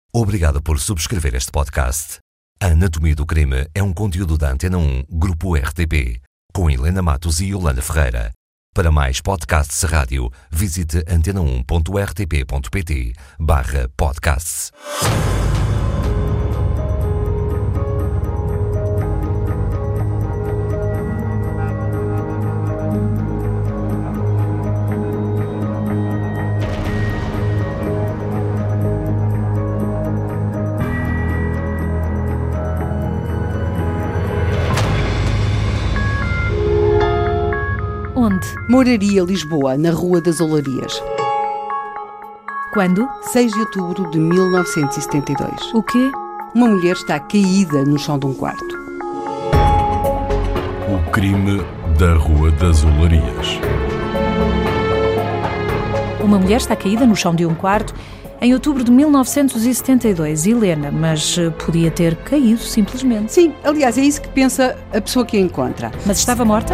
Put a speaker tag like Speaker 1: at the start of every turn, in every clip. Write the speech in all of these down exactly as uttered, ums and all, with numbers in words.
Speaker 1: Obrigado por subscrever este podcast. A Anatomia do Crime é um conteúdo da Antena um, Grupo R T P, com Helena Matos e Yolanda Ferreira. Para mais podcasts rádio, visite antena um ponto r t p ponto p t barra podcasts.
Speaker 2: Onde?
Speaker 3: Moraria Lisboa, na Rua das Olarias.
Speaker 2: Quando?
Speaker 3: seis de outubro de mil novecentos e setenta e dois.
Speaker 2: O quê?
Speaker 3: Uma mulher está caída no chão de um quarto.
Speaker 4: O crime da Rua das Olarias.
Speaker 2: Uma mulher está caída no chão de um quarto em outubro de mil novecentos e setenta e dois. Helena, mas podia ter caído simplesmente.
Speaker 3: Sim, aliás, é isso que pensa a pessoa que a encontra.
Speaker 2: Mas estava morta?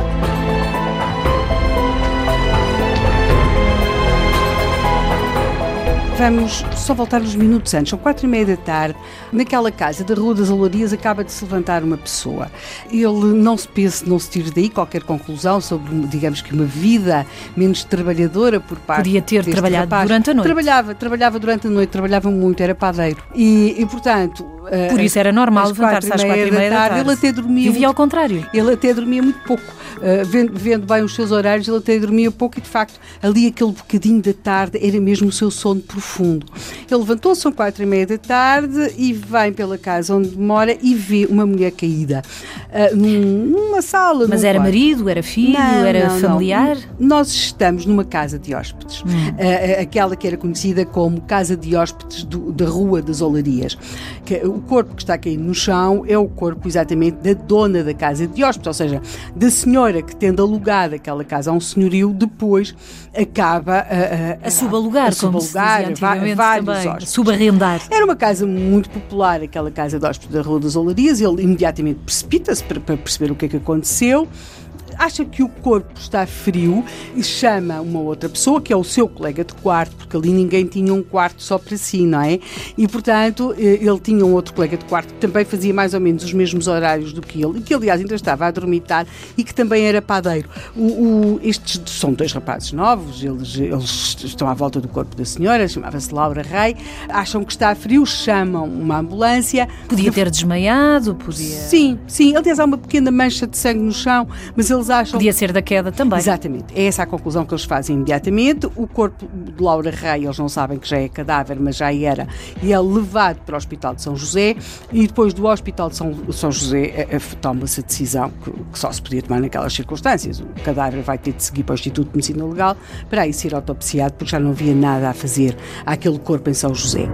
Speaker 3: Vamos só voltar uns minutos antes, são quatro e meia da tarde, naquela casa da Rua das Olarias acaba de se levantar uma pessoa. Ele não se pense, não se tire daí qualquer conclusão sobre, digamos que uma vida menos trabalhadora por parte
Speaker 2: Podia ter
Speaker 3: deste
Speaker 2: trabalhado
Speaker 3: rapaz.
Speaker 2: durante a noite.
Speaker 3: Trabalhava, trabalhava durante a noite, trabalhava muito, era padeiro. E, e portanto...
Speaker 2: Por isso era normal levantar-se às quatro e meia da tarde.
Speaker 3: Ele até dormia...
Speaker 2: Vivia ao contrário.
Speaker 3: Ele até dormia muito pouco. Uh, vendo, vendo bem os seus horários, ele até dormia pouco e, de facto, ali aquele bocadinho da tarde era mesmo o seu sono profundo. Ele levantou-se, são quatro e meia da tarde, e vem pela casa onde mora e vê uma mulher caída uh, num, numa sala.
Speaker 2: Mas
Speaker 3: num
Speaker 2: era
Speaker 3: quarto.
Speaker 2: marido, era filho,
Speaker 3: Não,
Speaker 2: era
Speaker 3: não,
Speaker 2: familiar?
Speaker 3: Não. Nós estamos numa casa de hóspedes. Hum. Uh, aquela que era conhecida como Casa de Hóspedes do, da Rua das Olarias. Que, o corpo que está caído no chão é o corpo exatamente da dona da casa de hóspedes, ou seja, da senhora que, tendo alugado aquela casa a um senhorio, depois acaba a, a,
Speaker 2: a subalugar,
Speaker 3: a
Speaker 2: como
Speaker 3: subalugar,
Speaker 2: se dizia antigamente
Speaker 3: vários
Speaker 2: também,
Speaker 3: hóspedes.
Speaker 2: subarrendar.
Speaker 3: Era uma casa muito popular, aquela casa de hóspedes da Rua das Olarias. Ele imediatamente precipita-se para, para perceber o que é que aconteceu. Acha que o corpo está frio e chama uma outra pessoa, que é o seu colega de quarto, porque ali ninguém tinha um quarto só para si, não é? E, portanto, ele tinha um outro colega de quarto que também fazia mais ou menos os mesmos horários do que ele, e que, aliás, ainda estava a dormitar e que também era padeiro. O, o, estes são dois rapazes novos, eles, eles estão à volta do corpo da senhora, chamava-se Laura Rei, acham que está frio, chamam uma ambulância.
Speaker 2: Podia ter desmaiado, podia...
Speaker 3: Sim, sim. Aliás, há uma pequena mancha de sangue no chão, mas eles acham...
Speaker 2: Podia ser da queda também.
Speaker 3: Exatamente. É essa a conclusão que eles fazem imediatamente. O corpo de Laura Rei, eles não sabem que já é cadáver, mas já era, e é levado para o Hospital de São José, e depois do Hospital de São, São José é, é, toma-se a decisão que, que só se podia tomar naquelas circunstâncias. O cadáver vai ter de seguir para o Instituto de Medicina Legal para aí ser autopsiado, porque já não havia nada a fazer àquele corpo em São José.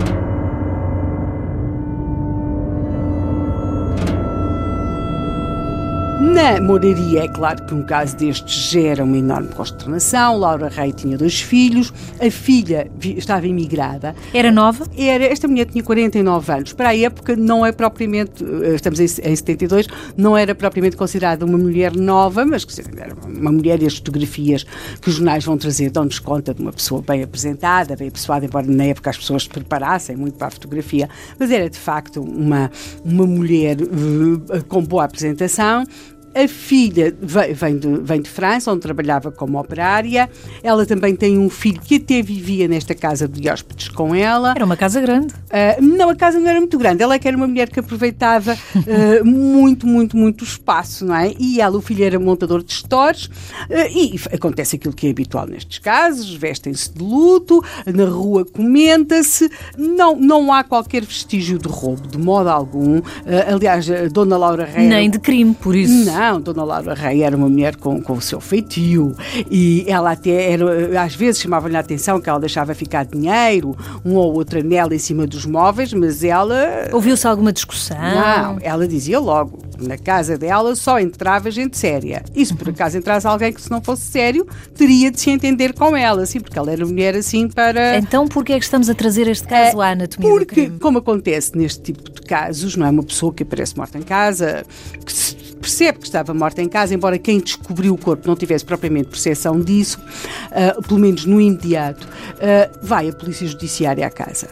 Speaker 3: Na moraria, é claro que um caso destes gera uma enorme consternação. Laura Rei tinha dois filhos, a filha estava imigrada.
Speaker 2: Era nova?
Speaker 3: Era, esta mulher tinha quarenta e nove anos. Para a época não é propriamente, estamos em, em setenta e dois, não era propriamente considerada uma mulher nova, mas que era uma mulher, e as fotografias que os jornais vão trazer dão-nos conta de uma pessoa bem apresentada, bem apessoada, embora na época as pessoas se preparassem muito para a fotografia, mas era de facto uma, uma mulher uh, com boa apresentação. A filha vem de, vem de França, onde trabalhava como operária. Ela também tem um filho que até vivia nesta casa de hóspedes com ela.
Speaker 2: Era uma casa grande.
Speaker 3: Uh, não, a casa não era muito grande. Ela é que era uma mulher que aproveitava uh, muito, muito, muito o espaço, não é? E ela, o filho, era montador de stores. Uh, e acontece aquilo que é habitual nestes casos. Vestem-se de luto, na rua comenta-se. Não, não há qualquer vestígio de roubo, de modo algum. Uh, aliás, a Dona Laura Rei...
Speaker 2: Nem de crime, por isso.
Speaker 3: Não. Não, Dona Laura Rei era uma mulher com, com o seu feitio, e ela até era, às vezes chamava-lhe a atenção que ela deixava ficar dinheiro, um ou outro anel em cima dos móveis, mas ela...
Speaker 2: Ouviu-se alguma discussão?
Speaker 3: Não, ela dizia logo, na casa dela só entrava gente séria. E se por acaso entrasse alguém que se não fosse sério, teria de se entender com ela, assim, porque ela era mulher assim para...
Speaker 2: Então porquê é que estamos a trazer este caso à anatomia do crime?
Speaker 3: Porque, como acontece neste tipo de casos, não é uma pessoa que aparece morta em casa, que se percebe que estava morta em casa, embora quem descobriu o corpo não tivesse propriamente percepção disso, uh, pelo menos no imediato, uh, vai a Polícia Judiciária à casa.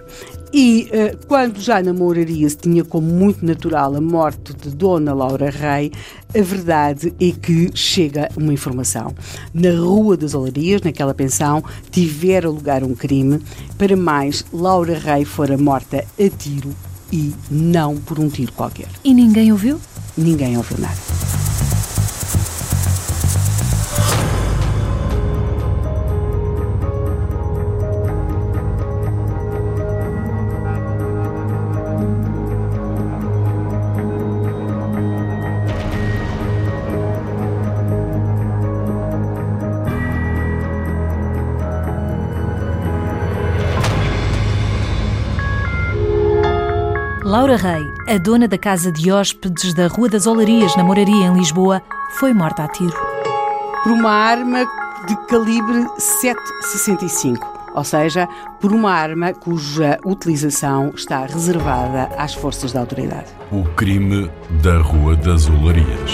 Speaker 3: E uh, quando já na moraria se tinha como muito natural a morte de Dona Laura Rei, a verdade é que chega uma informação. Na Rua das Olarias, naquela pensão, tivera lugar um crime. Para mais, Laura Rei fora morta a tiro e não por um tiro qualquer.
Speaker 2: E ninguém ouviu?
Speaker 3: Ninguém ouviu nada.
Speaker 2: Laura Rei, a dona da casa de hóspedes da Rua das Olarias, na Moraria, em Lisboa, foi morta a tiro.
Speaker 3: Por uma arma de calibre sete vírgula sessenta e cinco, ou seja, por uma arma cuja utilização está reservada às forças da autoridade.
Speaker 4: O crime da Rua das Olarias.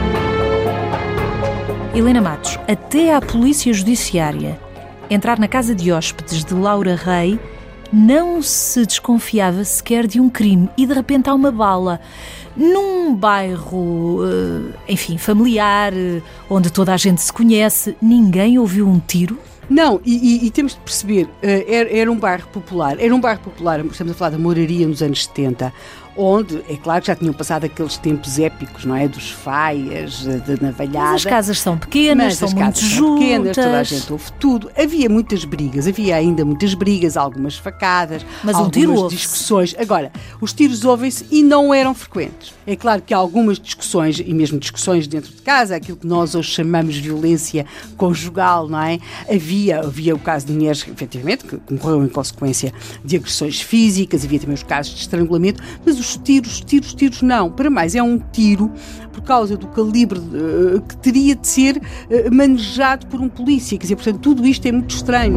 Speaker 2: Helena Matos, até à Polícia Judiciária entrar na casa de hóspedes de Laura Rei, não se desconfiava sequer de um crime e de repente há uma bala num bairro, enfim, familiar, onde toda a gente se conhece. Ninguém ouviu um tiro?
Speaker 3: Não, e, e, e temos de perceber, era, era um bairro popular, era um bairro popular, estamos a falar da moraria nos anos setenta, onde, é claro que já tinham passado aqueles tempos épicos, não é? Dos faias, de navalhada.
Speaker 2: Mas as casas são pequenas,
Speaker 3: mas
Speaker 2: são
Speaker 3: as
Speaker 2: muito
Speaker 3: casas
Speaker 2: juntas.
Speaker 3: São pequenas, toda a gente ouve tudo. Havia muitas brigas, havia ainda muitas brigas, algumas facadas,
Speaker 2: mas um
Speaker 3: algumas
Speaker 2: tiro
Speaker 3: discussões. Agora, os tiros ouvem-se e não eram frequentes. É claro que há algumas discussões, e mesmo discussões dentro de casa, aquilo que nós hoje chamamos de violência conjugal, não é? Havia, havia o caso de mulheres, efetivamente, que morreram em consequência de agressões físicas, havia também os casos de estrangulamento, mas os tiros, tiros, tiros não. Para mais, é um tiro por causa do calibre uh, que teria de ser uh, manejado por um polícia. Quer dizer, portanto, tudo isto é muito estranho.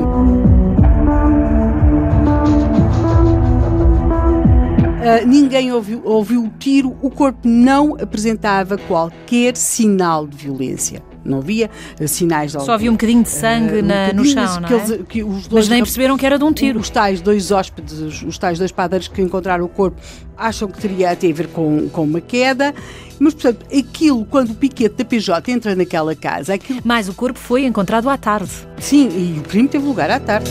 Speaker 3: Uh, ninguém ouviu, ouviu o tiro, o corpo não apresentava qualquer sinal de violência. Não havia uh, sinais de...
Speaker 2: Só havia um bocadinho de sangue uh, na, um no chão, não é?
Speaker 3: Eles, que os dois,
Speaker 2: mas nem perceberam que era de um tiro.
Speaker 3: Os tais dois hóspedes, os, os tais dois padeiros que encontraram o corpo, acham que teria até a ver com, com uma queda. Mas, portanto, aquilo, quando o piquete da P J entra naquela casa... Aquilo...
Speaker 2: Mas o corpo foi encontrado à tarde.
Speaker 3: Sim, e o crime teve lugar à tarde.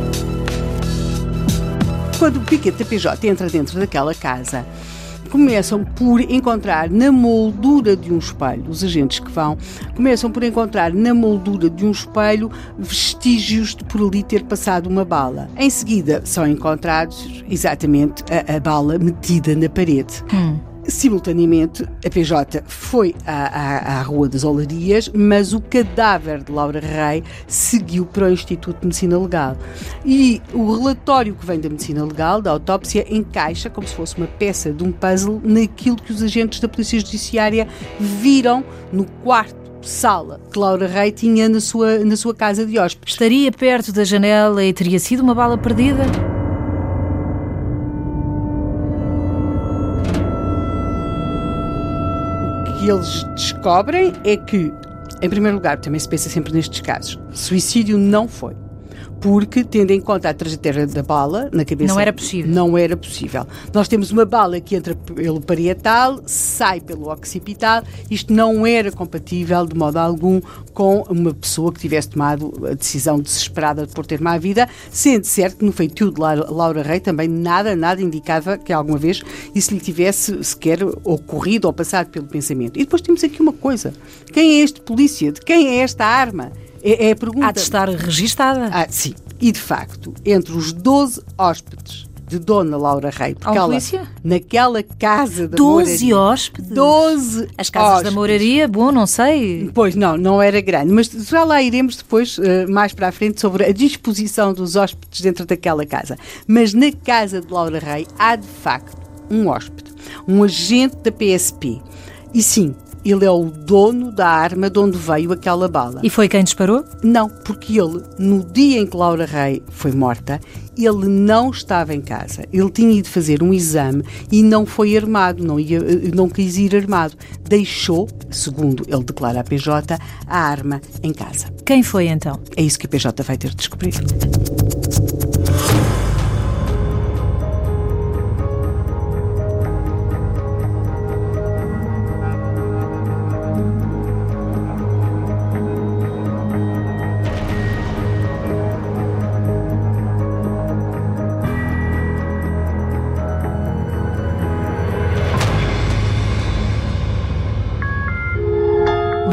Speaker 3: Quando o piquete da P J entra dentro daquela casa, começam por encontrar na moldura de um espelho, os agentes que vão, começam por encontrar na moldura de um espelho vestígios de por ali ter passado uma bala. Em seguida, são encontrados exatamente a, a bala metida na parede. Hum. Simultaneamente, a P J foi à, à, à Rua das Olarias, mas o cadáver de Laura Rei seguiu para o Instituto de Medicina Legal. E o relatório que vem da Medicina Legal, da autópsia, encaixa como se fosse uma peça de um puzzle naquilo que os agentes da Polícia Judiciária viram no quarto sala que Laura Rei tinha na sua, na sua casa de hóspedes.
Speaker 2: Estaria perto da janela e teria sido uma bala perdida?
Speaker 3: O que eles descobrem é que, em primeiro lugar, também se pensa sempre nestes casos, suicídio não foi. Porque, tendo em conta a trajetória da bala na cabeça...
Speaker 2: Não era possível.
Speaker 3: Não era possível. Nós temos uma bala que entra pelo parietal, sai pelo occipital. Isto não era compatível, de modo algum, com uma pessoa que tivesse tomado a decisão desesperada de pôr termo à vida, sendo certo que no feitio de Laura Rei também nada, nada indicava que alguma vez isso lhe tivesse sequer ocorrido ou passado pelo pensamento. E depois temos aqui uma coisa. Quem é este polícia? De quem é esta arma? É, é a pergunta.
Speaker 2: Há de estar registada.
Speaker 3: Ah, sim. E, de facto, entre os doze hóspedes de Dona Laura Rei, porque
Speaker 2: ela,
Speaker 3: polícia? Naquela casa da
Speaker 2: doze
Speaker 3: moraria...
Speaker 2: hóspedes?
Speaker 3: doze
Speaker 2: As casas
Speaker 3: hóspedes.
Speaker 2: da moraria, bom, não sei.
Speaker 3: Pois, não, não era grande. Mas já lá iremos depois, uh, mais para a frente, sobre a disposição dos hóspedes dentro daquela casa. Mas na casa de Laura Rei há, de facto, um hóspede, um agente da P S P. E sim, ele é o dono da arma de onde veio aquela bala.
Speaker 2: E foi quem disparou?
Speaker 3: Não, porque ele, no dia em que Laura Rei foi morta, ele não estava em casa. Ele tinha ido fazer um exame e não foi armado, não, ia, não quis ir armado. Deixou, segundo ele declara à P J, a arma em casa.
Speaker 2: Quem foi então?
Speaker 3: É isso que a P J vai ter de descobrir.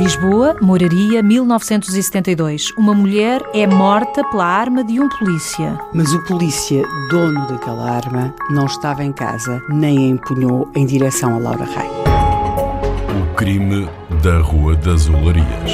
Speaker 2: Lisboa, Moraria, mil novecentos e setenta e dois. Uma mulher é morta pela arma de um polícia.
Speaker 3: Mas o polícia, dono daquela arma, não estava em casa, nem a empunhou em direção a Laura Rei.
Speaker 4: O crime da Rua das Olarias.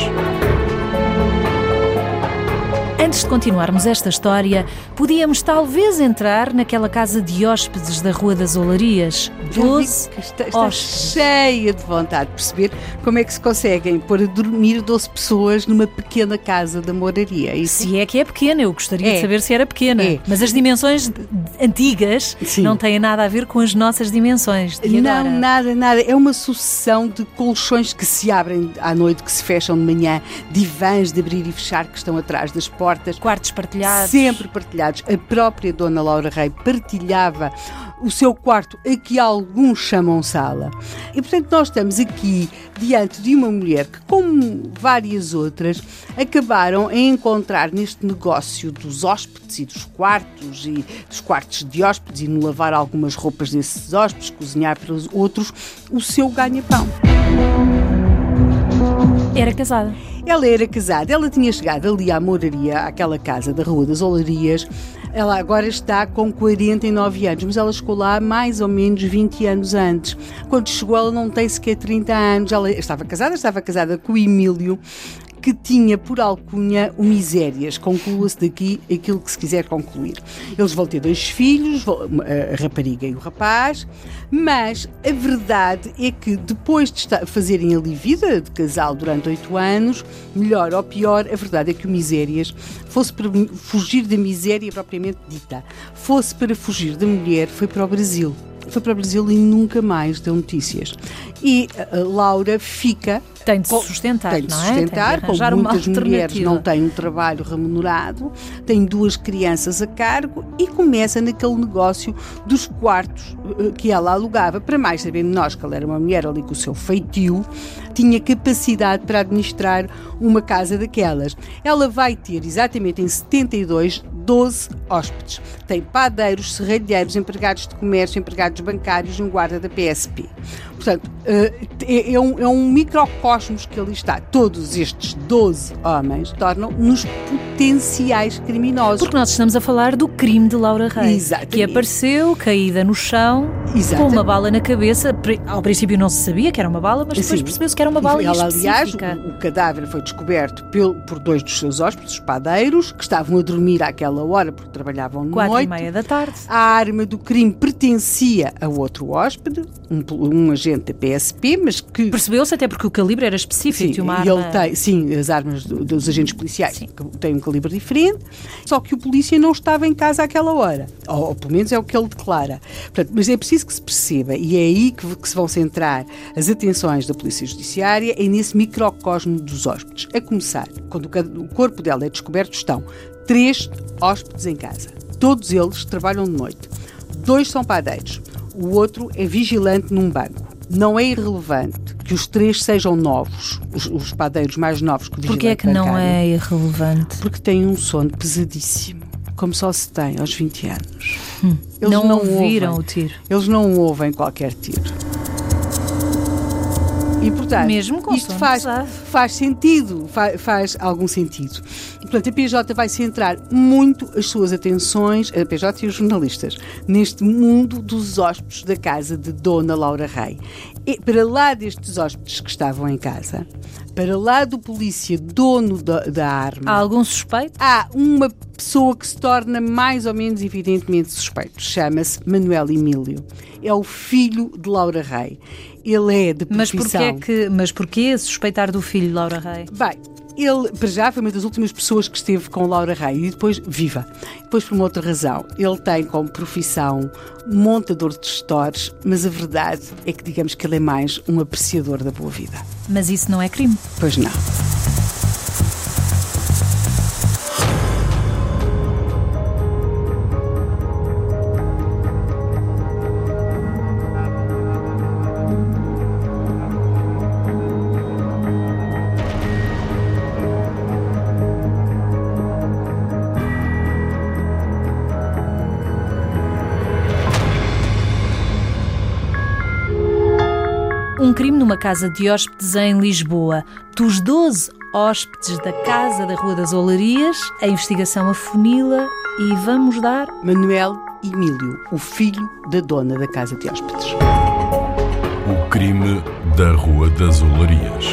Speaker 2: Antes de continuarmos esta história, podíamos talvez entrar naquela casa de hóspedes da Rua das Olarias. Doze
Speaker 3: está, está cheia de vontade de perceber como é que se conseguem pôr a dormir doze pessoas numa pequena casa da Moraria. Isso?
Speaker 2: Se é que é pequena, eu gostaria
Speaker 3: é.
Speaker 2: de saber se era pequena.
Speaker 3: É.
Speaker 2: Mas as dimensões antigas
Speaker 3: Sim.
Speaker 2: não têm nada a ver com as nossas dimensões de agora.
Speaker 3: Não, nada, nada. É uma sucessão de colchões que se abrem à noite, que se fecham de manhã, divãs de abrir e fechar que estão atrás das portas.
Speaker 2: Quartos partilhados.
Speaker 3: Sempre partilhados. A própria Dona Laura Rei partilhava o seu quarto, a que alguns chamam sala. E, portanto, nós estamos aqui diante de uma mulher que, como várias outras, acabaram a encontrar neste negócio dos hóspedes e dos quartos, e dos quartos de hóspedes, e no lavar algumas roupas desses hóspedes, cozinhar para os outros, o seu ganha-pão.
Speaker 2: Era casada.
Speaker 3: Ela era casada, ela tinha chegado ali à Moraria, àquela casa da Rua das Olarias. Ela agora está com quarenta e nove anos, mas ela chegou lá mais ou menos vinte anos antes. Quando chegou, ela não tem sequer trinta anos. Ela estava casada, estava casada com o Emílio, que tinha por alcunha o Misérias. Conclua-se daqui aquilo que se quiser concluir. Eles vão ter dois filhos, a rapariga e o rapaz, mas a verdade é que depois de fazerem ali vida de casal durante oito anos, melhor ou pior, a verdade é que o Misérias, fosse para fugir da miséria propriamente dita, fosse para fugir da mulher, foi para o Brasil. Foi para o Brasil e nunca mais deu notícias. E a Laura fica...
Speaker 2: Tem de se sustentar,
Speaker 3: tem de
Speaker 2: não
Speaker 3: sustentar,
Speaker 2: é? Tem de
Speaker 3: como muitas
Speaker 2: uma
Speaker 3: mulheres não têm um trabalho remunerado, tem duas crianças a cargo e começa naquele negócio dos quartos que ela alugava. Para mais sabendo nós que ela era uma mulher ali com o seu feitio, tinha capacidade para administrar uma casa daquelas. Ela vai ter, exatamente em setenta e dois, doze hóspedes. Tem padeiros, serralheiros, empregados de comércio, empregados bancários e um guarda da P S P. Portanto, é um, é um microcosmos que ali está. Todos estes doze homens tornam-nos potenciais criminosos.
Speaker 2: Porque nós estamos a falar do crime de Laura Rei.
Speaker 3: Exatamente.
Speaker 2: Que apareceu caída no chão,
Speaker 3: Exatamente.
Speaker 2: com uma bala na cabeça. Ao princípio não se sabia que era uma bala, mas depois
Speaker 3: Sim.
Speaker 2: percebeu-se que era uma bala
Speaker 3: Ela,
Speaker 2: específica.
Speaker 3: aliás, o, o cadáver foi descoberto pelo, por dois dos seus hóspedes, os padeiros, que estavam a dormir àquela hora porque trabalhavam de
Speaker 2: Quatro
Speaker 3: noite.
Speaker 2: e meia da tarde.
Speaker 3: A arma do crime pertencia a outro hóspede, um, um agente da P S P, mas que...
Speaker 2: Percebeu-se até porque o calibre era específico.
Speaker 3: Sim,
Speaker 2: uma
Speaker 3: e
Speaker 2: arma...
Speaker 3: ele tem, sim, as armas do, dos agentes policiais
Speaker 2: Sim.
Speaker 3: têm um calibre diferente, só que o polícia não estava em casa àquela hora, ou, ou pelo menos é o que ele declara. Portanto, mas é preciso que se perceba, e é aí que, que se vão centrar as atenções da Polícia Judiciária, é nesse microcosmo dos hóspedes. A começar, quando o, o corpo dela é descoberto, estão três hóspedes em casa. Todos eles trabalham de noite. Dois são padeiros, o outro é vigilante num banco. Não é irrelevante que os três sejam novos, os, os padeiros mais novos que o vigilante
Speaker 2: Porquê é que
Speaker 3: bancário.
Speaker 2: não é irrelevante?
Speaker 3: Porque têm um sono pesadíssimo, como só se tem aos vinte anos.
Speaker 2: Hum,
Speaker 3: Eles
Speaker 2: não,
Speaker 3: não
Speaker 2: ouviram
Speaker 3: ouvem,
Speaker 2: o tiro.
Speaker 3: Eles não ouvem qualquer tiro. E, portanto,
Speaker 2: Mesmo com
Speaker 3: isto
Speaker 2: sono
Speaker 3: faz,
Speaker 2: pesado.
Speaker 3: faz sentido, faz, faz algum sentido. E, portanto, a P J vai centrar muito as suas atenções, a P J e os jornalistas, neste mundo dos hóspedes da casa de Dona Laura Rei. E, para lá destes hóspedes que estavam em casa, para lá do polícia dono da, da arma...
Speaker 2: Há algum suspeito?
Speaker 3: Há uma pessoa que se torna mais ou menos evidentemente suspeito. Chama-se Manuel Emílio. É o filho de Laura Rei. Ele é de
Speaker 2: Mas
Speaker 3: profissão...
Speaker 2: porquê, que, mas porquê suspeitar do filho de Laura Rei?
Speaker 3: Bem, ele, para já, foi uma das últimas pessoas que esteve com Laura Rei e depois viva. Depois, por uma outra razão, ele tem como profissão montador de stores, mas a verdade é que digamos que ele é mais um apreciador da boa vida.
Speaker 2: Mas isso não é crime.
Speaker 3: Pois não.
Speaker 2: Um crime numa casa de hóspedes em Lisboa. Dos doze hóspedes da casa da Rua das Olarias, a investigação afunila e vamos dar...
Speaker 3: Manuel Emílio, o filho da dona da casa de hóspedes.
Speaker 4: O crime da Rua das Olarias.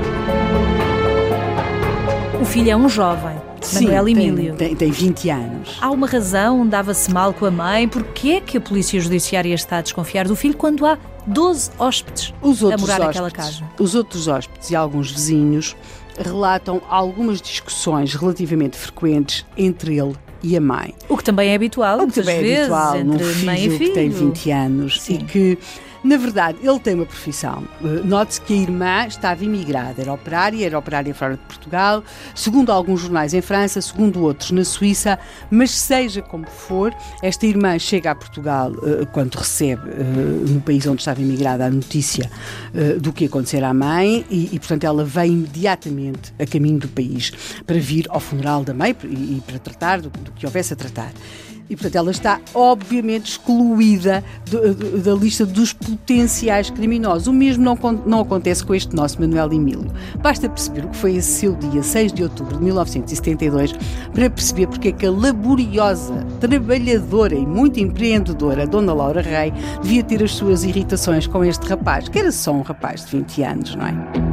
Speaker 2: O filho é um jovem,
Speaker 3: Sim,
Speaker 2: Manuel Emílio.
Speaker 3: Tem, tem, tem vinte anos.
Speaker 2: Há uma razão, dava-se mal com a mãe. Porquê é que a Polícia Judiciária está a desconfiar do filho quando há doze hóspedes
Speaker 3: Os
Speaker 2: a
Speaker 3: outros
Speaker 2: morar naquela
Speaker 3: hóspedes,
Speaker 2: casa?
Speaker 3: Os outros hóspedes e alguns vizinhos relatam algumas discussões relativamente frequentes entre ele e a mãe.
Speaker 2: O que também é habitual,
Speaker 3: O que
Speaker 2: muitas
Speaker 3: também é
Speaker 2: vezes,
Speaker 3: habitual
Speaker 2: entre
Speaker 3: num filho
Speaker 2: mãe e filho.
Speaker 3: que tem vinte anos.
Speaker 2: Sim.
Speaker 3: E que, na verdade, ele tem uma profissão. Note-se que a irmã estava imigrada, era operária, era operária fora de Portugal, segundo alguns jornais em França, segundo outros na Suíça, mas seja como for, esta irmã chega a Portugal uh, quando recebe, uh, no país onde estava imigrada, a notícia uh, do que acontecer à mãe e, e, portanto, ela vem imediatamente a caminho do país para vir ao funeral da mãe e, e para tratar do, do que houvesse a tratar. E, portanto, ela está, obviamente, excluída do, do, da lista dos potenciais criminosos. O mesmo não, não acontece com este nosso Manuel Emílio. Basta perceber o que foi esse seu dia, seis de outubro de mil novecentos e setenta e dois, para perceber porque é que a laboriosa, trabalhadora e muito empreendedora Dona Laura Rei devia ter as suas irritações com este rapaz, que era só um rapaz de vinte anos, não é?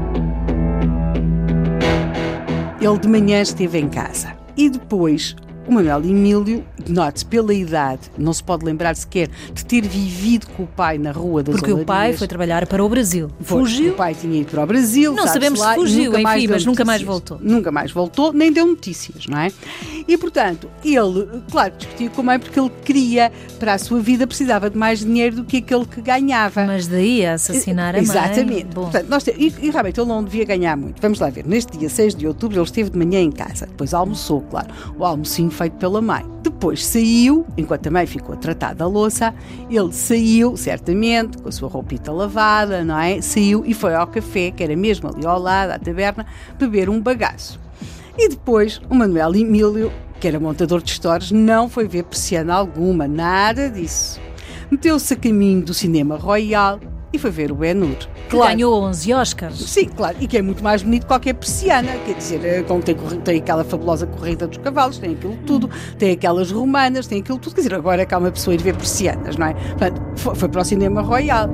Speaker 3: Ele de manhã esteve em casa e depois... O Manuel Emílio, note-se, pela idade, não se pode lembrar sequer de ter vivido com o pai na Rua das
Speaker 2: Porque
Speaker 3: Olarias.
Speaker 2: o pai foi trabalhar para o Brasil.
Speaker 3: Foi,
Speaker 2: Fugiu.
Speaker 3: O pai tinha ido para o Brasil.
Speaker 2: Não sabemos
Speaker 3: lá,
Speaker 2: se fugiu,
Speaker 3: nunca
Speaker 2: enfim, mas nunca mais
Speaker 3: notícias.
Speaker 2: voltou.
Speaker 3: Nunca mais voltou, nem deu notícias, não é? E, portanto, ele, claro, discutia com a mãe porque ele queria, para a sua vida, precisava de mais dinheiro do que aquele que ganhava.
Speaker 2: Mas daí a assassinar a mãe.
Speaker 3: Exatamente.
Speaker 2: Bom.
Speaker 3: Portanto, nós te... e, e realmente ele não devia ganhar muito. Vamos lá ver. Neste dia seis de outubro ele esteve de manhã em casa. Depois almoçou, claro. O almocinho feito pela mãe. Depois saiu, enquanto a mãe ficou a tratar da louça, ele saiu, certamente, com a sua roupita lavada, não é? Saiu e foi ao café, que era mesmo ali ao lado, à taberna, beber um bagaço. E depois o Manuel Emílio, que era montador de stores, não foi ver persiana alguma, nada disso. Meteu-se a caminho do Cinema Royal e foi ver o Ben-Hur.
Speaker 2: Que ganhou onze Oscars.
Speaker 3: Sim, claro, e que é muito mais bonito que qualquer persiana, quer dizer, como tem, tem aquela fabulosa corrida dos cavalos, tem aquilo tudo, tem aquelas romanas, tem aquilo tudo, quer dizer, agora é que há uma pessoa a ir ver persianas, não é? Portanto, foi, foi para o Cinema Royal.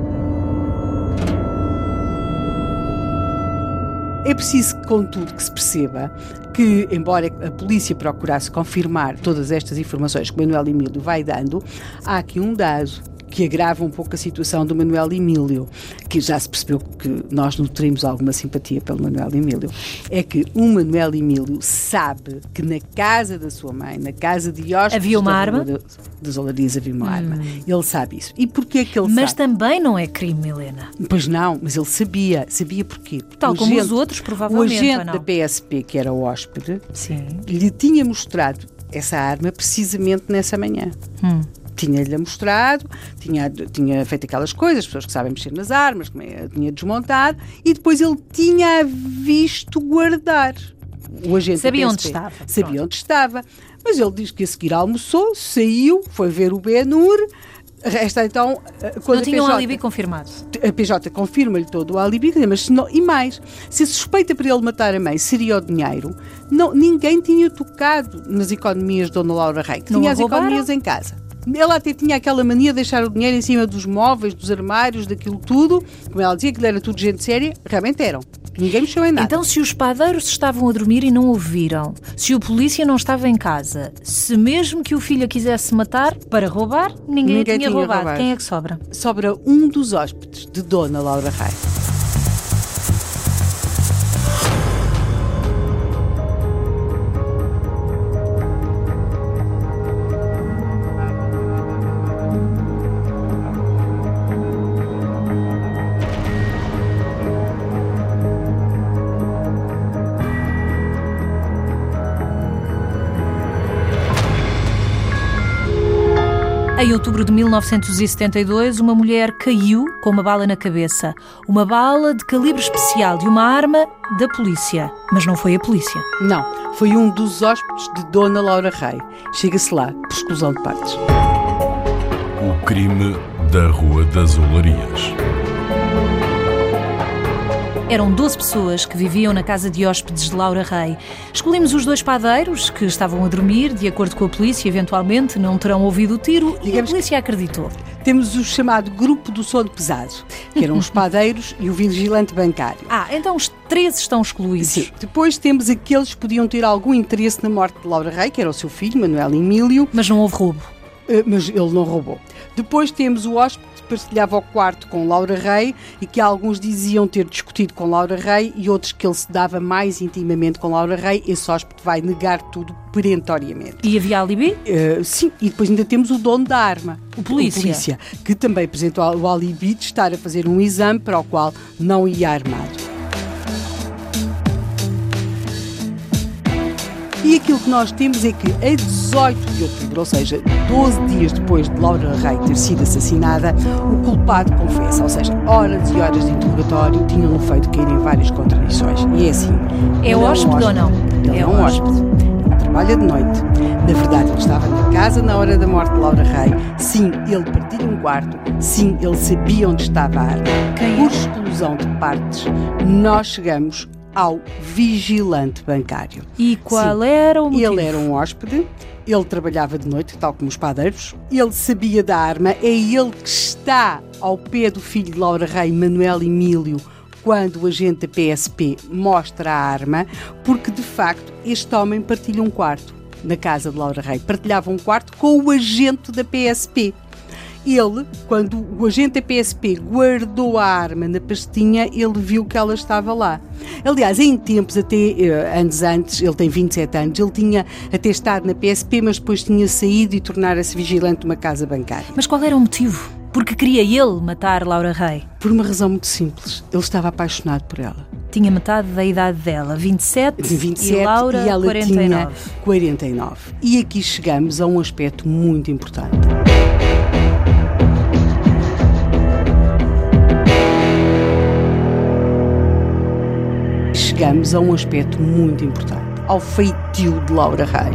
Speaker 3: É preciso, contudo, que se perceba que, embora a polícia procurasse confirmar todas estas informações que Manuel Emílio vai dando, há aqui um dado que agrava um pouco a situação do Manuel Emílio, que já se percebeu que nós nutrimos alguma simpatia pelo Manuel Emílio, é que o Manuel Emílio sabe que na casa da sua mãe, na casa de hóspedes...
Speaker 2: Havia uma arma?
Speaker 3: Das Olarias havia uma
Speaker 2: hum.
Speaker 3: arma. Ele sabe isso. E porquê que ele
Speaker 2: mas
Speaker 3: sabe?
Speaker 2: também não é crime, Helena.
Speaker 3: Pois não, mas ele sabia. Sabia porquê? Porque
Speaker 2: Tal
Speaker 3: o
Speaker 2: como
Speaker 3: agente,
Speaker 2: os outros, provavelmente,
Speaker 3: o agente
Speaker 2: ou não?
Speaker 3: da P S P, que era o hóspede,
Speaker 2: Sim.
Speaker 3: lhe tinha mostrado essa arma precisamente nessa manhã.
Speaker 2: Hum.
Speaker 3: Tinha-lhe mostrado, tinha, tinha feito aquelas coisas, as pessoas que sabem mexer nas armas, tinha desmontado, e depois ele tinha visto guardar. O agente
Speaker 2: sabia
Speaker 3: da
Speaker 2: onde
Speaker 3: P S P
Speaker 2: estava.
Speaker 3: Sabia
Speaker 2: Pronto.
Speaker 3: onde estava. Mas ele diz que a seguir almoçou, saiu, foi ver o Ben-Hur. Resta então... Quando
Speaker 2: não tinha
Speaker 3: a P J,
Speaker 2: um alibi confirmado.
Speaker 3: A P J confirma-lhe todo o alibi, mas se não, e mais, se a suspeita para ele matar a mãe seria o dinheiro, não, ninguém tinha tocado nas economias de Dona Laura Rei, que
Speaker 2: Não
Speaker 3: tinha
Speaker 2: a
Speaker 3: as
Speaker 2: roubaram?
Speaker 3: economias em casa. Ela até tinha aquela mania de deixar o dinheiro em cima dos móveis, dos armários, daquilo tudo. Como ela dizia, que era tudo gente séria, realmente eram. Ninguém mexeu em nada.
Speaker 2: Então, se os padeiros estavam a dormir e não ouviram, se o polícia não estava em casa, se mesmo que o filho a quisesse matar para roubar, ninguém,
Speaker 3: Ninguém
Speaker 2: tinha,
Speaker 3: tinha
Speaker 2: roubado.
Speaker 3: roubado.
Speaker 2: Quem é que sobra?
Speaker 3: Sobra um dos hóspedes de Dona Laura Rei.
Speaker 2: Em outubro de mil novecentos e setenta e dois, uma mulher caiu com uma bala na cabeça. Uma bala de calibre especial de uma arma da polícia. Mas não foi a polícia.
Speaker 3: Não, foi um dos hóspedes de Dona Laura Rei. Chega-se lá, por exclusão de partes.
Speaker 4: O crime da Rua das Olarias.
Speaker 2: Eram doze pessoas que viviam na casa de hóspedes de Laura Rei. Escolhemos os dois padeiros que estavam a dormir, de acordo com a polícia, eventualmente não terão ouvido o tiro e a polícia acreditou.
Speaker 3: Temos o chamado grupo do sono pesado, que eram os padeiros e o vigilante bancário.
Speaker 2: Ah, então os três estão excluídos.
Speaker 3: Sim. Depois temos aqueles que podiam ter algum interesse na morte de Laura Rei, que era o seu filho, Manuel Emílio.
Speaker 2: Mas não houve roubo.
Speaker 3: Mas ele não roubou. Depois temos o hóspede que partilhava o quarto com Laura Rei e que alguns diziam ter discutido com Laura Rei e outros que ele se dava mais intimamente com Laura Rei. Esse hóspede vai negar tudo perentoriamente.
Speaker 2: E havia alibi?
Speaker 3: Uh, sim, e depois ainda temos o dono da arma,
Speaker 2: o polícia.
Speaker 3: o polícia, que também apresentou o alibi de estar a fazer um exame para o qual não ia armado. E aquilo que nós temos é que a dezoito de outubro, ou seja, doze dias depois de Laura Rei ter sido assassinada, o culpado confessa, ou seja, horas e horas de interrogatório tinham-no feito cair em várias contradições. E é assim.
Speaker 2: É hóspede ou não?
Speaker 3: Ele é um hóspede. Trabalha de noite. Na verdade, ele estava na casa na hora da morte de Laura Rei. Sim, ele partilha um quarto. Sim, ele sabia onde estava a arma.
Speaker 2: Quem
Speaker 3: Por
Speaker 2: é?
Speaker 3: exclusão de partes, nós chegamos ao vigilante bancário.
Speaker 2: E qual
Speaker 3: Sim,
Speaker 2: era o motivo?
Speaker 3: Ele era um hóspede, ele trabalhava de noite, tal como os padeiros, ele sabia da arma, é ele que está ao pé do filho de Laura Rei, Manuel Emílio, quando o agente da P S P mostra a arma, porque de facto este homem partilha um quarto na casa de Laura Rei, partilhava um quarto com o agente da P S P. Ele, quando o agente da P S P guardou a arma na pastinha, ele viu que ela estava lá. Aliás, em tempos, até uh, anos antes, ele tem vinte e sete anos, ele tinha até estado na P S P, mas depois tinha saído e tornara-se vigilante de uma casa bancária.
Speaker 2: Mas qual era o motivo? Porque queria ele matar Laura Rei?
Speaker 3: Por uma razão muito simples. Ele estava apaixonado por ela.
Speaker 2: Tinha metade da idade dela, vinte e sete,
Speaker 3: vinte e sete
Speaker 2: e Laura,
Speaker 3: e ela
Speaker 2: quarenta e nove.
Speaker 3: tinha quarenta e nove. E aqui chegamos a um aspecto muito importante. Chegamos a um aspecto muito importante, ao feitio de Laura Rei.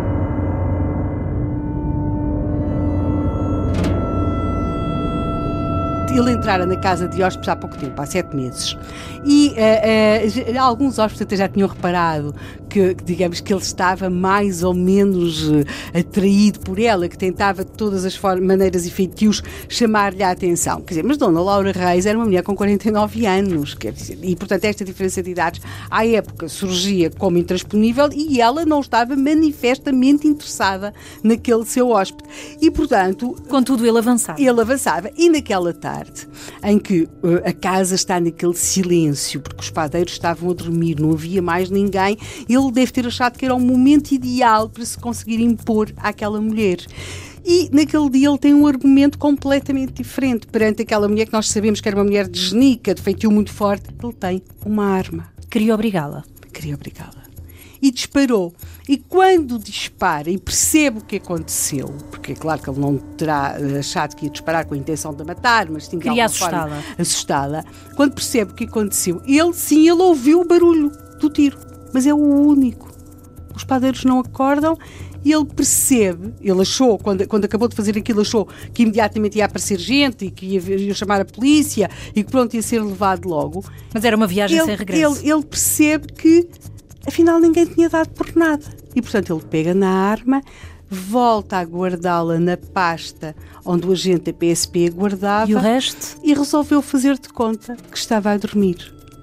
Speaker 3: Ele entrara na casa de hóspedes há pouco tempo, há sete meses. E uh, uh, alguns hóspedes até já tinham reparado que, que, digamos, que ele estava mais ou menos uh, atraído por ela, que tentava de todas as formas, maneiras e feitios chamar-lhe a atenção. Quer dizer, mas Dona Laura Reis era uma mulher com quarenta e nove anos, quer dizer, e portanto esta diferença de idades à época surgia como intransponível e ela não estava manifestamente interessada naquele seu hóspede. E portanto...
Speaker 2: Contudo, ele avançava.
Speaker 3: Ele avançava e naquela tarde em que uh, a casa está naquele silêncio, porque os padeiros estavam a dormir, não havia mais ninguém, ele deve ter achado que era o momento ideal para se conseguir impor àquela mulher. E naquele dia ele tem um argumento completamente diferente perante aquela mulher que nós sabemos que era uma mulher desnica, de feitio muito forte. Ele tem uma arma.
Speaker 2: Queria obrigá-la.
Speaker 3: Queria obrigá-la. E disparou. E quando dispara e percebe o que aconteceu, porque é claro que ele não terá achado que ia disparar com a intenção de a matar, mas tinha
Speaker 2: queria assustá-la.
Speaker 3: assustá-la. Quando percebe o que aconteceu, ele sim, ele ouviu o barulho do tiro, mas é o único. Os padeiros não acordam e ele percebe, ele achou, quando, quando acabou de fazer aquilo, achou que imediatamente ia aparecer gente e que ia, ia chamar a polícia e que pronto, ia ser levado logo.
Speaker 2: Mas era uma viagem
Speaker 3: ele,
Speaker 2: sem regresso.
Speaker 3: Ele, ele percebe que afinal ninguém tinha dado por nada. E portanto ele pega na arma, volta a guardá-la na pasta onde o agente da P S P a guardava.
Speaker 2: E o resto?
Speaker 3: E resolveu fazer de conta que estava a dormir.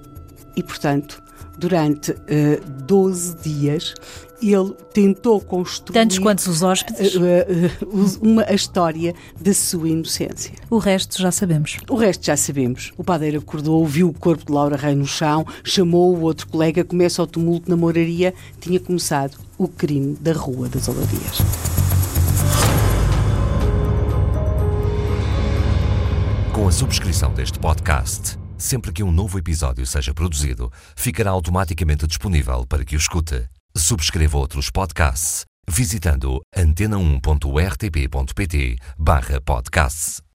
Speaker 3: E portanto, durante uh, doze dias, ele tentou construir...
Speaker 2: Tantos quantos os hóspedes?
Speaker 3: Uh, uh, uma, a história da sua inocência.
Speaker 2: O resto já sabemos.
Speaker 3: O resto já sabemos. O padeiro acordou, viu o corpo de Laura Rei no chão, chamou o outro colega, começa o tumulto na moraria. Tinha começado o crime da Rua das Olarias.
Speaker 1: Com a subscrição deste podcast, sempre que um novo episódio seja produzido, ficará automaticamente disponível para que o escute. Subscreva outros podcasts visitando antena um ponto r t p ponto p t barra podcasts.